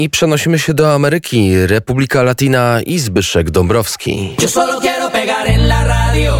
I przenosimy się do Ameryki. Republika Latina i Zbyszek Dąbrowski. Yo solo quiero pegar en la radio.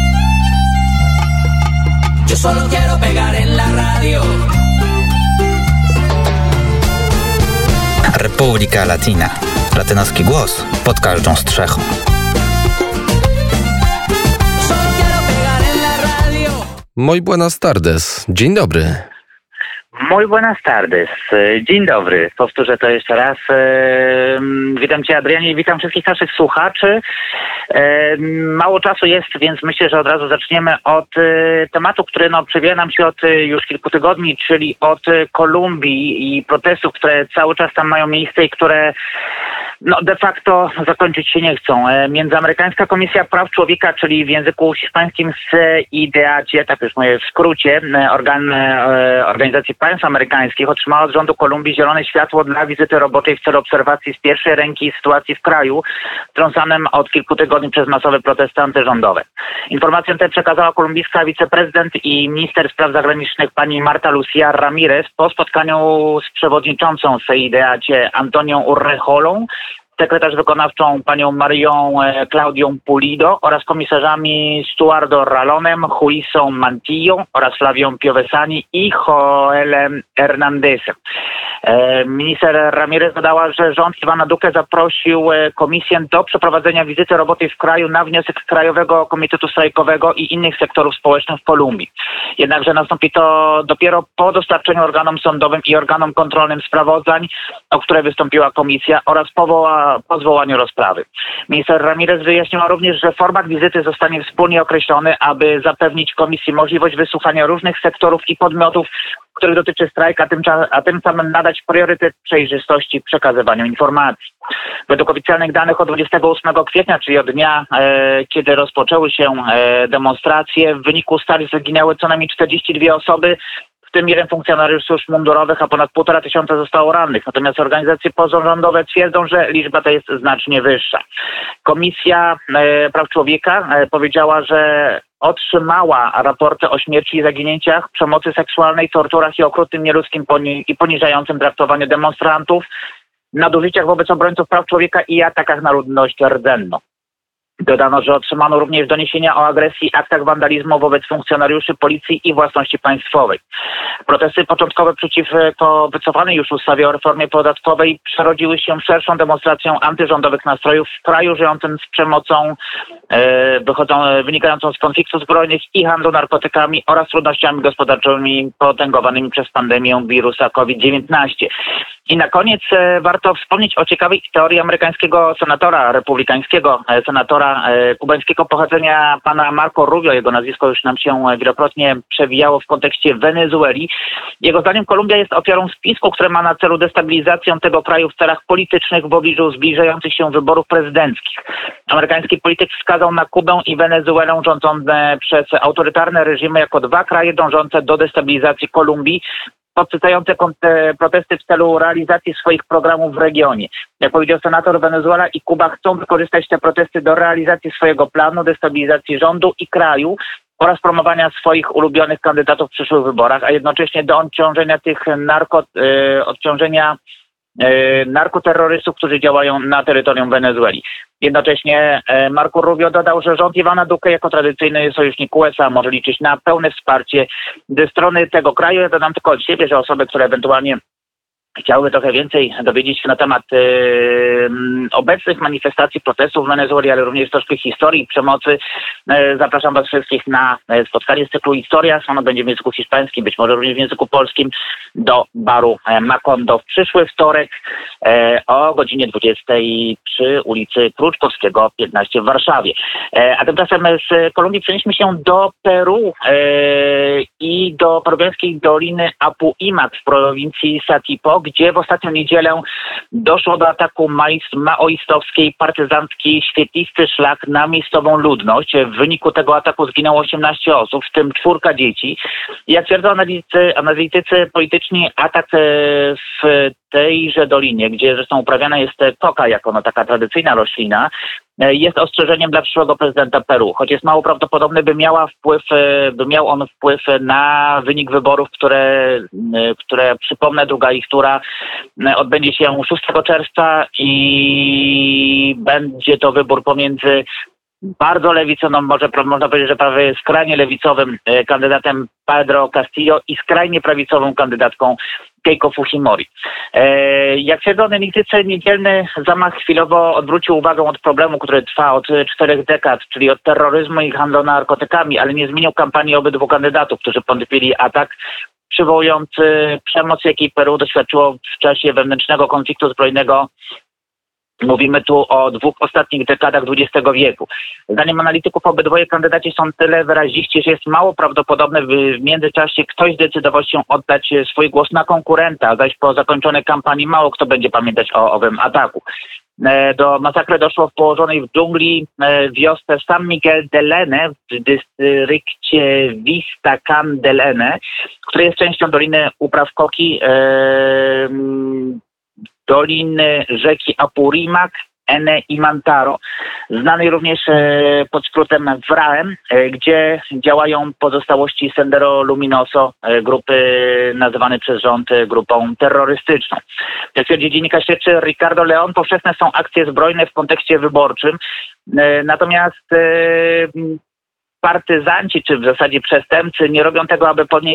Yo solo quiero pegar en la radio. Republika Latina. Latynoski głos pod każdą strzechą. Muy buenas tardes. Dzień dobry. Muy buenas tardes. Dzień dobry. Powtórzę to jeszcze raz. Witam Cię, Adrianie, i witam wszystkich naszych słuchaczy. Mało czasu jest, więc myślę, że od razu zaczniemy od tematu, który przewija nam się od już kilku tygodni, czyli od Kolumbii i protestów, które cały czas tam mają miejsce i które de facto zakończyć się nie chcą. Międzyamerykańska Komisja Praw Człowieka, czyli w języku hiszpańskim CIDH, tak już mówię w skrócie, Organizacji Państw Amerykańskich, otrzymała od rządu Kolumbii zielone światło dla wizyty roboczej w celu obserwacji z pierwszej ręki sytuacji w kraju, trąsanym od kilku tygodni przez masowe protesty antyrządowe. Informację tę przekazała kolumbijska wiceprezydent i minister spraw zagranicznych pani Marta Lucía Ramírez po spotkaniu z przewodniczącą CIDH Antonią Urrejolą, sekretarz wykonawczą panią Marią Claudią Pulido oraz komisarzami Stuardo Ralonem, Julisą Mantillo oraz Flavią Piovesani i Joelem Hernandezem. Minister Ramírez dodała, że rząd Ivana Duque zaprosił komisję do przeprowadzenia wizyty roboczej w kraju na wniosek Krajowego Komitetu Strajkowego i innych sektorów społecznych w Kolumbii. Jednakże nastąpi to dopiero po dostarczeniu organom sądowym i organom kontrolnym sprawozdań, o które wystąpiła komisja, oraz po zwołaniu rozprawy. Minister Ramírez wyjaśniła również, że format wizyty zostanie wspólnie określony, aby zapewnić komisji możliwość wysłuchania różnych sektorów i podmiotów, których dotyczy strajk, a tym samym nadać priorytet przejrzystości w przekazywaniu informacji. Według oficjalnych danych od 28 kwietnia, czyli od dnia, kiedy rozpoczęły się demonstracje, w wyniku starć zaginęły co najmniej 42 osoby, w tym 1 funkcjonariusz służb mundurowych, a ponad 1,5 zostało rannych. Natomiast organizacje pozarządowe twierdzą, że liczba ta jest znacznie wyższa. Komisja Praw Człowieka powiedziała, że otrzymała raporty o śmierci i zaginięciach, przemocy seksualnej, torturach i okrutnym, nieludzkim i poniżającym traktowaniu demonstrantów, nadużyciach wobec obrońców praw człowieka i atakach na ludność rdzenną. Dodano, że otrzymano również doniesienia o agresji i aktach wandalizmu wobec funkcjonariuszy policji i własności państwowej. Protesty początkowe przeciwko wycofanej już ustawie o reformie podatkowej przerodziły się szerszą demonstracją antyrządowych nastrojów w kraju żyjącym z przemocą wynikającą z konfliktów zbrojnych i handlu narkotykami oraz trudnościami gospodarczymi potęgowanymi przez pandemię wirusa COVID-19. I na koniec warto wspomnieć o ciekawej teorii amerykańskiego senatora, republikańskiego senatora kubańskiego pochodzenia pana Marco Rubio. Jego nazwisko już nam się wielokrotnie przewijało w kontekście Wenezueli. Jego zdaniem Kolumbia jest ofiarą spisku, który ma na celu destabilizację tego kraju w celach politycznych w obliczu zbliżających się wyborów prezydenckich. Amerykański polityk wskazał na Kubę i Wenezuelę rządzone przez autorytarne reżimy jako dwa kraje dążące do destabilizacji Kolumbii, podsycające protesty w celu realizacji swoich programów w regionie. Jak powiedział senator, Wenezuela i Kuba chcą wykorzystać te protesty do realizacji swojego planu destabilizacji rządu i kraju oraz promowania swoich ulubionych kandydatów w przyszłych wyborach, a jednocześnie do odciążenia tych narkoterrorystów, którzy działają na terytorium Wenezueli. Jednocześnie Marco Rubio dodał, że rząd Ivana Duque jako tradycyjny sojusznik USA może liczyć na pełne wsparcie ze strony tego kraju. Ja dodam tylko od siebie, że osoby, które ewentualnie chciałyby trochę więcej dowiedzieć się na temat obecnych manifestacji, protestów w Wenezueli, ale również troszkę historii przemocy, zapraszam Was wszystkich na spotkanie z cyklu Historia. Ono będzie w języku hiszpańskim, być może również w języku polskim, do baru Macondo w przyszły wtorek o godzinie 20 przy ulicy Pruczkowskiego 15 w Warszawie. A tymczasem z Kolumbii przenieśmy się do Peru i do peruwiańskiej doliny Apuimac w prowincji Satipo, gdzie w ostatnią niedzielę doszło do ataku maoistowskiej partyzantki Świetlisty Szlak na miejscową ludność. W wyniku tego ataku zginęło 18 osób, w tym 4 dzieci. Jak twierdzą analitycy polityczni, atak w tejże dolinie, gdzie zresztą uprawiana jest koka jako taka tradycyjna roślina, jest ostrzeżeniem dla przyszłego prezydenta Peru, choć jest mało prawdopodobne, by miał on wpływ na wynik wyborów, które przypomnę, druga ich tura odbędzie się 6 czerwca i będzie to wybór pomiędzy bardzo lewicowym, można powiedzieć, że prawie skrajnie lewicowym kandydatem Pedro Castillo i skrajnie prawicową kandydatką Keiko Fujimori. Jak twierdzą analitycy, niedzielny zamach chwilowo odwrócił uwagę od problemu, który trwa od 4 dekad, czyli od terroryzmu i handlu narkotykami, ale nie zmienił kampanii obydwu kandydatów, którzy potępili atak przywołujący przemoc, jakiej Peru doświadczyło w czasie wewnętrznego konfliktu zbrojnego. Mówimy tu o 2 ostatnich dekadach XX wieku. Zdaniem analityków obydwoje kandydaci są tyle wyraziści, że jest mało prawdopodobne, by w międzyczasie ktoś zdecydował się oddać swój głos na konkurenta, zaś po zakończonej kampanii mało kto będzie pamiętać o owym ataku. Do masakry doszło w położonej w dżungli wiosce San Miguel de Lene w dystrykcie Vista Can del Ene, który jest częścią Doliny Upraw Koki, doliny rzeki Apurímac, Ene i Mantaro, znanej również pod skrótem WRAEM, gdzie działają pozostałości Sendero Luminoso, grupy nazywanej przez rząd grupą terrorystyczną. Jak twierdzi dziennikarz śledczy Ricardo León, powszechne są akcje zbrojne w kontekście wyborczym, natomiast partyzanci, czy w zasadzie przestępcy, nie robią tego,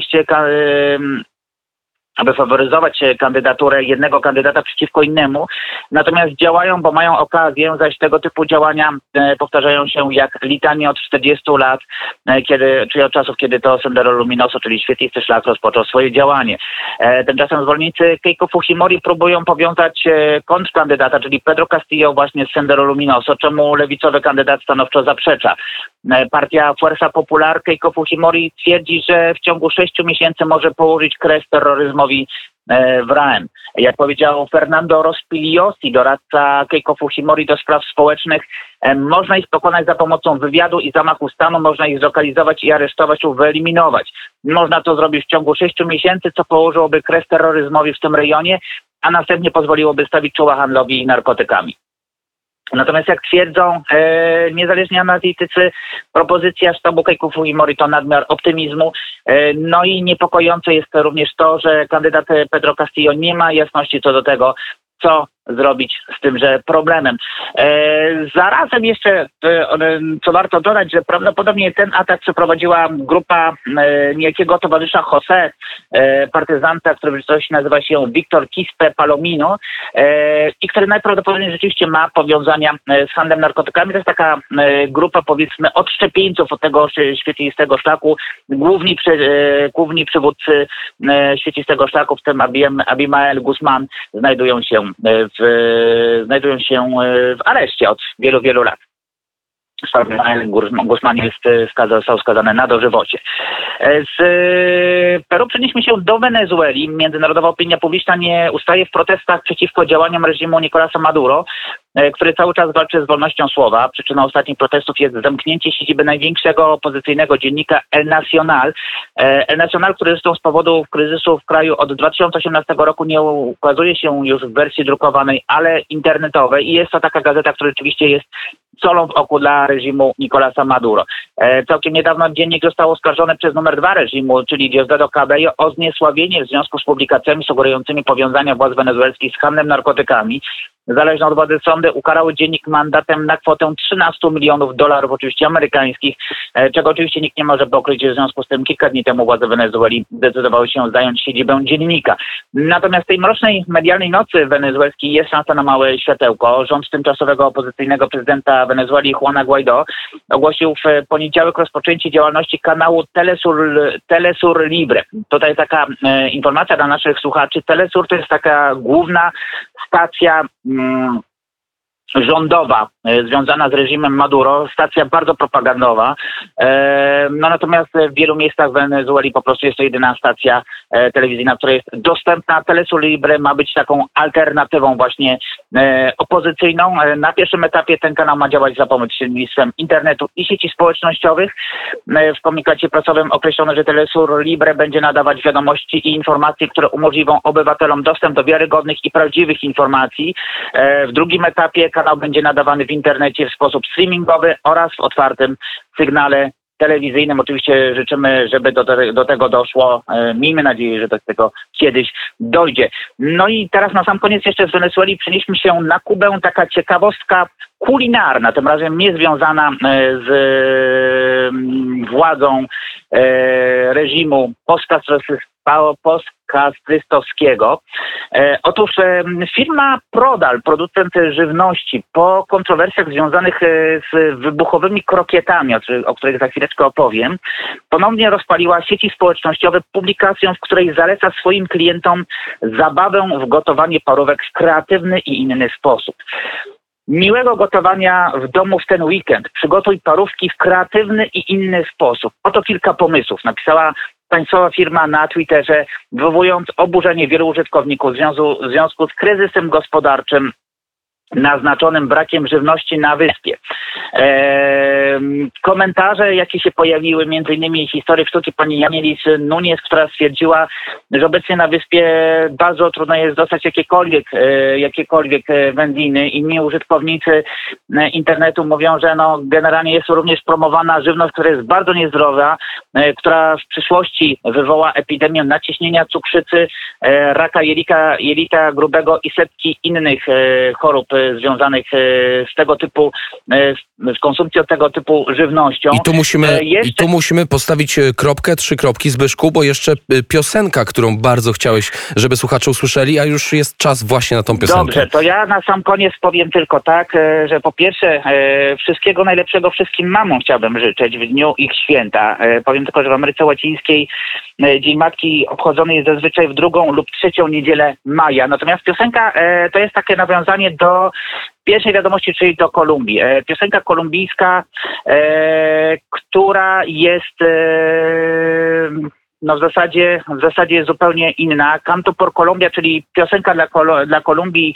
aby faworyzować kandydaturę jednego kandydata przeciwko innemu, natomiast działają, bo mają okazję, zaś tego typu działania powtarzają się jak litanie od 40 lat, czyli od czasów, kiedy to Sendero Luminoso, czyli świetlisty szlak, rozpoczął swoje działanie. Tymczasem zwolennicy Keiko Fujimori próbują powiązać kontrkandydata, czyli Pedro Castillo właśnie z Sendero Luminoso, czemu lewicowy kandydat stanowczo zaprzecza. Partia Fuerza Popular Keiko Fujimori twierdzi, że w ciągu 6 miesięcy może położyć kres terroryzmowi w RAEM. Jak powiedział Fernando Rospigliosi, doradca Keiko Fujimori do spraw społecznych, można ich pokonać za pomocą wywiadu i zamachu stanu, można ich zlokalizować i aresztować lub wyeliminować. Można to zrobić w ciągu 6 miesięcy, co położyłoby kres terroryzmowi w tym rejonie, a następnie pozwoliłoby stawić czoła handlowi narkotykami. Natomiast jak twierdzą niezależni analitycy, propozycja sztabu Keiko Fujimori to nadmiar optymizmu. No i niepokojące jest również to, że kandydat Pedro Castillo nie ma jasności co do tego, co zrobić z tymże problemem. Zarazem jeszcze, co warto dodać, że prawdopodobnie ten atak przeprowadziła grupa niejakiego towarzysza José, partyzanta, który coś nazywa się Víctor Quispe Palomino i który najprawdopodobniej rzeczywiście ma powiązania z handlem narkotykami. To jest taka grupa, powiedzmy, odszczepieńców od tego świetlistego szlaku. Główni przywódcy świetlistego szlaku, w tym Abimael Guzmán, znajdują się w areszcie od wielu, wielu lat. Guzmán został skazany na dożywocie. Z Peru przenieśmy się do Wenezueli. Międzynarodowa opinia publiczna nie ustaje w protestach przeciwko działaniom reżimu Nicolasa Maduro, który cały czas walczy z wolnością słowa. Przyczyną ostatnich protestów jest zamknięcie siedziby największego opozycyjnego dziennika El Nacional. El Nacional, który zresztą z powodu kryzysu w kraju od 2018 roku nie ukazuje się już w wersji drukowanej, ale internetowej. I jest to taka gazeta, która rzeczywiście jest solą w oku dla reżimu Nicolasa Maduro. Całkiem niedawno dziennik został oskarżony przez numer 2 reżimu, czyli Diosdado Cabello, o zniesławienie w związku z publikacjami sugerującymi powiązania władz wenezuelskich z handlem narkotykami. Zależne od władzy sądy ukarały dziennik mandatem na kwotę $13 milionów, oczywiście amerykańskich, czego oczywiście nikt nie może pokryć. W związku z tym kilka dni temu władze Wenezueli zdecydowały się zająć siedzibę dziennika. Natomiast w tej mrocznej medialnej nocy wenezuelskiej jest szansa na małe światełko. Rząd tymczasowego opozycyjnego prezydenta Wenezueli Juana Guaidó ogłosił w poniedziałek rozpoczęcie działalności kanału Telesur Libre. Tutaj taka informacja dla naszych słuchaczy. Telesur to jest taka główna stacja rządowa związana z reżimem Maduro, stacja bardzo propagandowa. Natomiast w wielu miejscach w Wenezueli po prostu jest to jedyna stacja telewizyjna, która jest dostępna. Telesur Libre ma być taką alternatywą właśnie opozycyjną. Na pierwszym etapie ten kanał ma działać za pośrednictwem internetu i sieci społecznościowych. W komunikacie prasowym określono, że Telesur Libre będzie nadawać wiadomości i informacje, które umożliwią obywatelom dostęp do wiarygodnych i prawdziwych informacji. W drugim etapie kanał będzie nadawany w internecie w sposób streamingowy oraz w otwartym sygnale telewizyjnym. Oczywiście życzymy, żeby do tego doszło. Miejmy nadzieję, że do tego kiedyś dojdzie. No i teraz na sam koniec jeszcze z Wenezueli przenieśmy się na Kubę. Taka ciekawostka kulinarna, tym razem nie związana z władzą reżimu postkastrystowskiego. Otóż firma Prodal, producent żywności, po kontrowersjach związanych z wybuchowymi krokietami, o których za chwileczkę opowiem, ponownie rozpaliła sieci społecznościowe publikacją, w której zaleca swoim klientom zabawę w gotowanie parówek w kreatywny i inny sposób. Miłego gotowania w domu w ten weekend. Przygotuj parówki w kreatywny i inny sposób. Oto kilka pomysłów. Napisała państwowa firma na Twitterze, wywołując oburzenie wielu użytkowników w związku z kryzysem gospodarczym naznaczonym brakiem żywności na wyspie. Komentarze, jakie się pojawiły, między innymi historyk sztuki pani Janielis Nunes, która stwierdziła, że obecnie na wyspie bardzo trudno jest dostać jakiekolwiek wędliny. Inni użytkownicy internetu mówią, że generalnie jest również promowana żywność, która jest bardzo niezdrowa, która w przyszłości wywoła epidemię nadciśnienia, cukrzycy, raka jelita grubego i setki innych chorób związanych z tego typu, z konsumpcją tego typu żywnością. I tu musimy postawić kropkę, 3 kropki, Zbyszku, bo jeszcze piosenka, którą bardzo chciałeś, żeby słuchacze usłyszeli, a już jest czas właśnie na tą piosenkę. Dobrze, to ja na sam koniec powiem tylko tak, że po pierwsze wszystkiego najlepszego wszystkim mamom chciałbym życzyć w dniu ich święta. Powiem tylko, że w Ameryce Łacińskiej Dzień Matki obchodzony jest zazwyczaj w 2. lub 3. niedzielę maja. Natomiast piosenka to jest takie nawiązanie do pierwszej wiadomości, czyli do Kolumbii. Piosenka kolumbijska, która jest w zasadzie jest zupełnie inna. Canto por Colombia, czyli piosenka dla Kolumbii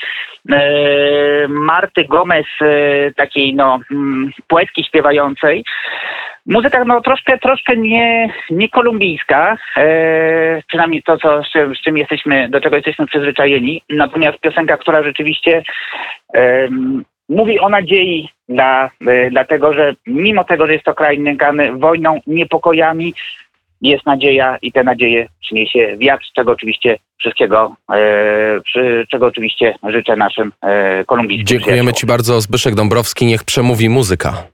Marty Gomez, takiej poetki śpiewającej. Muzyka troszkę nie kolumbijska, przynajmniej to, do czego jesteśmy przyzwyczajeni. Natomiast piosenka, która rzeczywiście mówi o nadziei dlatego, że mimo tego, że jest to kraj nękany wojną, niepokojami, jest nadzieja i tę nadzieję przyniesie wiatr, czego oczywiście życzę naszym kolumbijskim Dziękujemy przyjaciołom. Ci bardzo. Zbyszek Dąbrowski, niech przemówi muzyka.